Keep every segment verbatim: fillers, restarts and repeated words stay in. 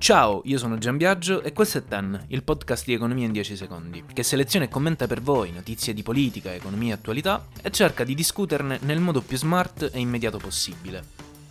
Ciao, io sono Gianbiagio e questo è Ten, il podcast di Economia in dieci secondi, che seleziona e commenta per voi notizie di politica, economia e attualità e cerca di discuterne nel modo più smart e immediato possibile.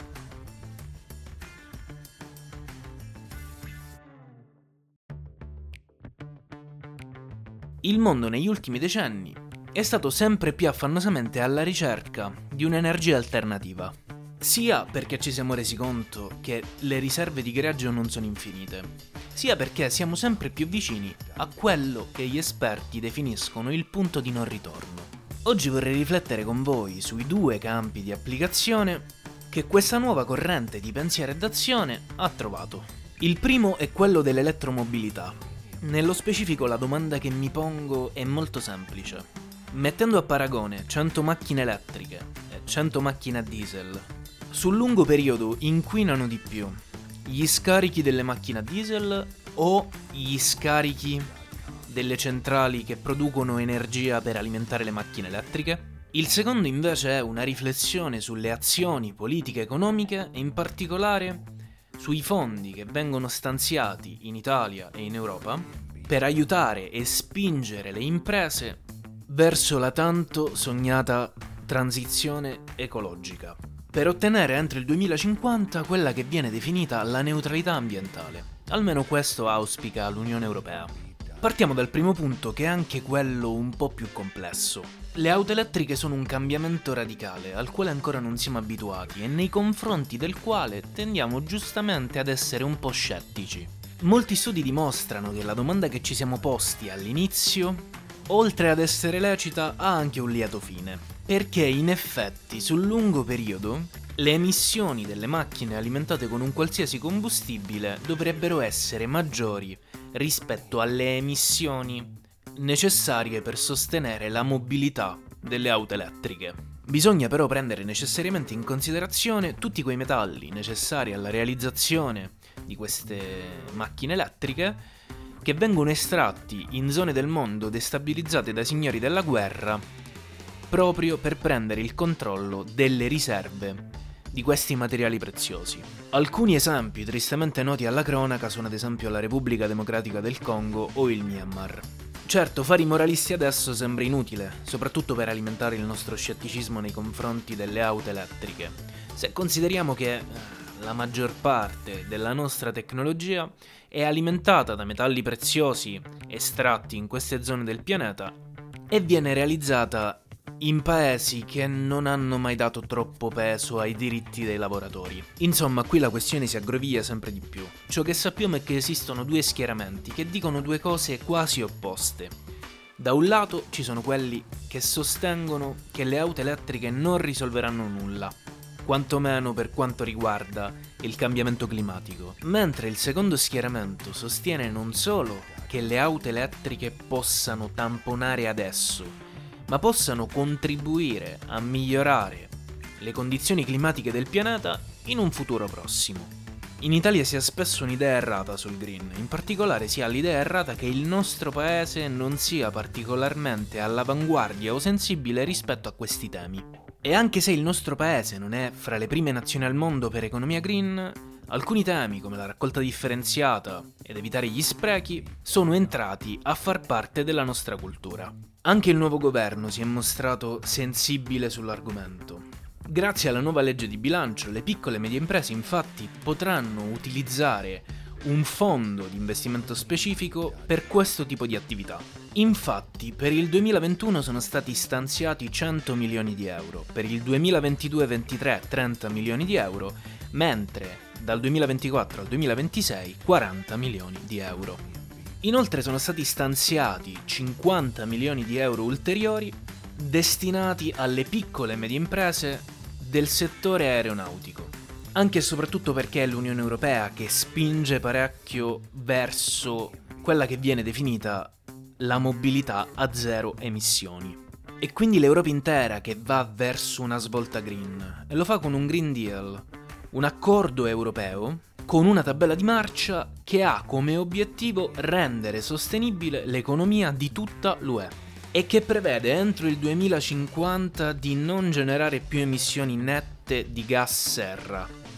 Il mondo negli ultimi decenni è stato sempre più affannosamente alla ricerca di un'energia alternativa. Sia perché ci siamo resi conto che le riserve di greggio non sono infinite, sia perché siamo sempre più vicini a quello che gli esperti definiscono il punto di non ritorno. Oggi vorrei riflettere con voi sui due campi di applicazione che questa nuova corrente di pensiero e d'azione ha trovato. Il primo è quello dell'elettromobilità. Nello specifico la domanda che mi pongo è molto semplice. Mettendo a paragone cento macchine elettriche e cento macchine a diesel, sul lungo periodo inquinano di più gli scarichi delle macchine a diesel o gli scarichi delle centrali che producono energia per alimentare le macchine elettriche? Il secondo invece è una riflessione sulle azioni politiche economiche e in particolare sui fondi che vengono stanziati in Italia e in Europa per aiutare e spingere le imprese verso la tanto sognata transizione ecologica, per ottenere entro il duemilacinquanta quella che viene definita la neutralità ambientale. Almeno questo auspica l'Unione Europea. Partiamo dal primo punto, che è anche quello un po' più complesso. Le auto elettriche sono un cambiamento radicale al quale ancora non siamo abituati e nei confronti del quale tendiamo giustamente ad essere un po' scettici. Molti studi dimostrano che la domanda che ci siamo posti all'inizio, oltre ad essere lecita, ha anche un lieto fine. Perché in effetti sul lungo periodo le emissioni delle macchine alimentate con un qualsiasi combustibile dovrebbero essere maggiori rispetto alle emissioni necessarie per sostenere la mobilità delle auto elettriche. Bisogna però prendere necessariamente in considerazione tutti quei metalli necessari alla realizzazione di queste macchine elettriche che vengono estratti in zone del mondo destabilizzate dai signori della guerra proprio per prendere il controllo delle riserve di questi materiali preziosi. Alcuni esempi tristemente noti alla cronaca sono ad esempio la Repubblica Democratica del Congo o il Myanmar. Certo, fare i moralisti adesso sembra inutile, soprattutto per alimentare il nostro scetticismo nei confronti delle auto elettriche, se consideriamo che la maggior parte della nostra tecnologia è alimentata da metalli preziosi estratti in queste zone del pianeta e viene realizzata in paesi che non hanno mai dato troppo peso ai diritti dei lavoratori. Insomma, qui la questione si aggravia sempre di più. Ciò che sappiamo è che esistono due schieramenti che dicono due cose quasi opposte. Da un lato ci sono quelli che sostengono che le auto elettriche non risolveranno nulla, quantomeno per quanto riguarda il cambiamento climatico, mentre il secondo schieramento sostiene non solo che le auto elettriche possano tamponare adesso, ma possano contribuire a migliorare le condizioni climatiche del pianeta in un futuro prossimo. In Italia si ha spesso un'idea errata sul green, in particolare si ha l'idea errata che il nostro paese non sia particolarmente all'avanguardia o sensibile rispetto a questi temi. E anche se il nostro paese non è fra le prime nazioni al mondo per economia green, alcuni temi come la raccolta differenziata ed evitare gli sprechi sono entrati a far parte della nostra cultura. Anche il nuovo governo si è mostrato sensibile sull'argomento. Grazie alla nuova legge di bilancio, le piccole e medie imprese infatti potranno utilizzare un fondo di investimento specifico per questo tipo di attività. Infatti, per il duemilaventuno sono stati stanziati cento milioni di euro, per il duemilaventidue ventitré trenta milioni di euro, mentre dal duemilaventiquattro al duemilaventisei quaranta milioni di euro. Inoltre sono stati stanziati cinquanta milioni di euro ulteriori destinati alle piccole e medie imprese del settore aeronautico, anche e soprattutto perché è l'Unione Europea che spinge parecchio verso quella che viene definita la mobilità a zero emissioni. E quindi l'Europa intera che va verso una svolta green, e lo fa con un Green Deal, un accordo europeo con una tabella di marcia che ha come obiettivo rendere sostenibile l'economia di tutta l'U E e che prevede entro il duemilacinquanta di non generare più emissioni nette di gas serra,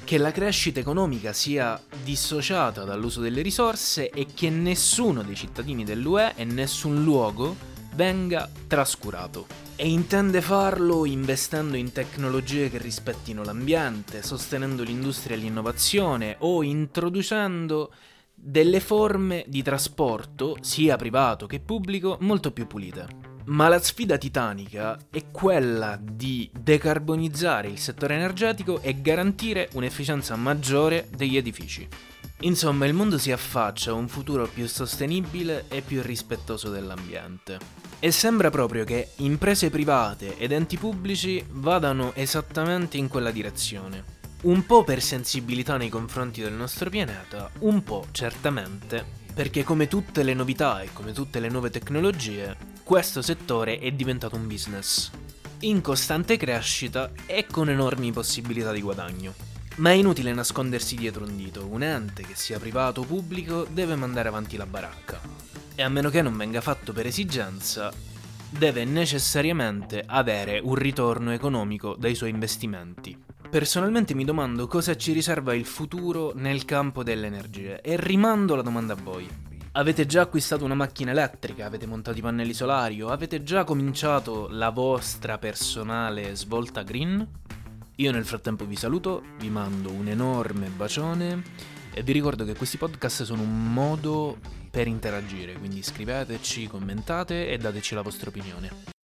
che la crescita economica sia dissociata dall'uso delle risorse e che nessuno dei cittadini dell'U E e nessun luogo venga trascurato. E intende farlo investendo in tecnologie che rispettino l'ambiente, sostenendo l'industria e l'innovazione o introducendo delle forme di trasporto, sia privato che pubblico, molto più pulite. Ma la sfida titanica è quella di decarbonizzare il settore energetico e garantire un'efficienza maggiore degli edifici. Insomma, il mondo si affaccia a un futuro più sostenibile e più rispettoso dell'ambiente. E sembra proprio che imprese private ed enti pubblici vadano esattamente in quella direzione. Un po' per sensibilità nei confronti del nostro pianeta, un po' certamente perché come tutte le novità e come tutte le nuove tecnologie, questo settore è diventato un business in costante crescita e con enormi possibilità di guadagno. Ma è inutile nascondersi dietro un dito, un ente che sia privato o pubblico deve mandare avanti la baracca. E a meno che non venga fatto per esigenza, deve necessariamente avere un ritorno economico dai suoi investimenti. Personalmente mi domando cosa ci riserva il futuro nel campo delle energie e rimando la domanda a voi. Avete già acquistato una macchina elettrica? Avete montato i pannelli solari? O avete già cominciato la vostra personale svolta green? Io nel frattempo vi saluto, vi mando un enorme bacione e vi ricordo che questi podcast sono un modo per interagire, quindi scriveteci, commentate e dateci la vostra opinione.